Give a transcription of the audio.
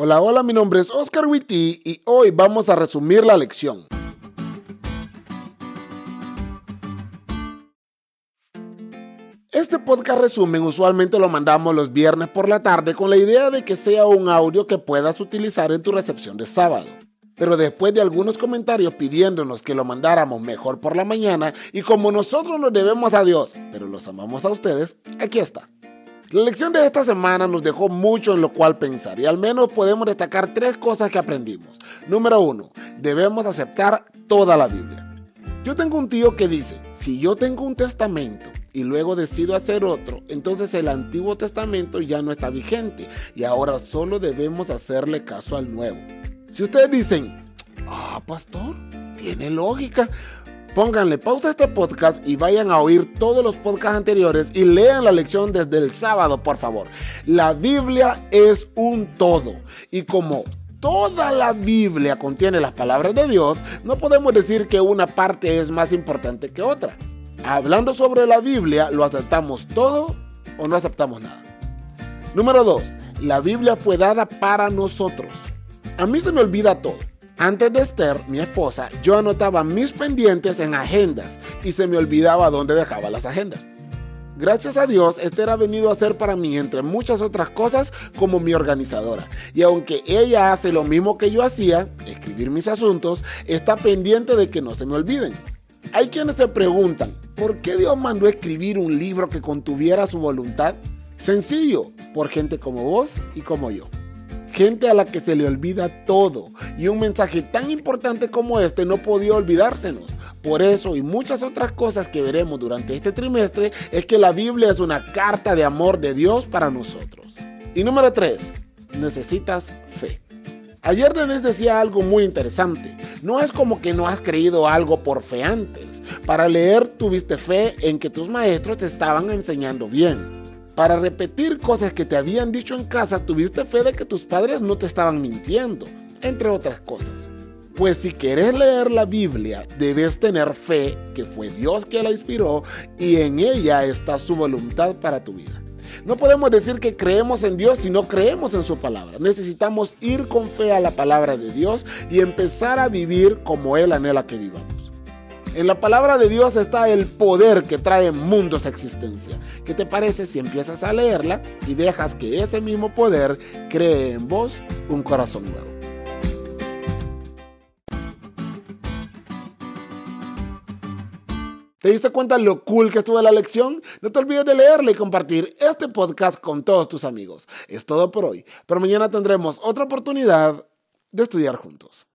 Hola, hola, mi nombre es Oscar Witty y hoy vamos a resumir la lección. Este podcast resumen usualmente lo mandamos los viernes por la tarde con la idea de que sea un audio que puedas utilizar en tu recepción de sábado. Pero después de algunos comentarios pidiéndonos que lo mandáramos mejor por la mañana y como nosotros nos debemos a Dios, pero los amamos a ustedes, aquí está. La lección de esta semana nos dejó mucho en lo cual pensar y al menos podemos destacar 3 cosas que aprendimos. Número 1, debemos aceptar toda la Biblia. Yo tengo un tío que dice, si yo tengo un testamento y luego decido hacer otro, entonces el Antiguo Testamento ya no está vigente y ahora solo debemos hacerle caso al Nuevo. Si ustedes dicen, pastor, tiene lógica, pónganle pausa a este podcast y vayan a oír todos los podcasts anteriores y lean la lección desde el sábado, por favor. La Biblia es un todo y como toda la Biblia contiene las palabras de Dios, no podemos decir que una parte es más importante que otra. Hablando sobre la Biblia, ¿lo aceptamos todo o no aceptamos nada? Número 2, la Biblia fue dada para nosotros. A mí se me olvida todo. Antes de Esther, mi esposa, yo anotaba mis pendientes en agendas y se me olvidaba dónde dejaba las agendas. Gracias a Dios, Esther ha venido a ser para mí, entre muchas otras cosas, como mi organizadora. Y aunque ella hace lo mismo que yo hacía, escribir mis asuntos, está pendiente de que no se me olviden. Hay quienes se preguntan, ¿por qué Dios mandó a escribir un libro que contuviera su voluntad? Sencillo, por gente como vos y como yo. Gente a la que se le olvida todo y un mensaje tan importante como este no podía olvidársenos. Por eso y muchas otras cosas que veremos durante este trimestre es que la Biblia es una carta de amor de Dios para nosotros. Y número 3, necesitas fe. Ayer Denise decía algo muy interesante. No es como que no has creído algo por fe antes. Para leer tuviste fe en que tus maestros te estaban enseñando bien. Para repetir cosas que te habían dicho en casa, tuviste fe de que tus padres no te estaban mintiendo, entre otras cosas. Pues si quieres leer la Biblia, debes tener fe que fue Dios quien la inspiró y en ella está su voluntad para tu vida. No podemos decir que creemos en Dios si no creemos en su palabra. Necesitamos ir con fe a la palabra de Dios y empezar a vivir como Él anhela que vivamos. En la palabra de Dios está el poder que trae mundos a existencia. ¿Qué te parece si empiezas a leerla y dejas que ese mismo poder cree en vos un corazón nuevo? ¿Te diste cuenta lo cool que estuvo la lección? No te olvides de leerla y compartir este podcast con todos tus amigos. Es todo por hoy, pero mañana tendremos otra oportunidad de estudiar juntos.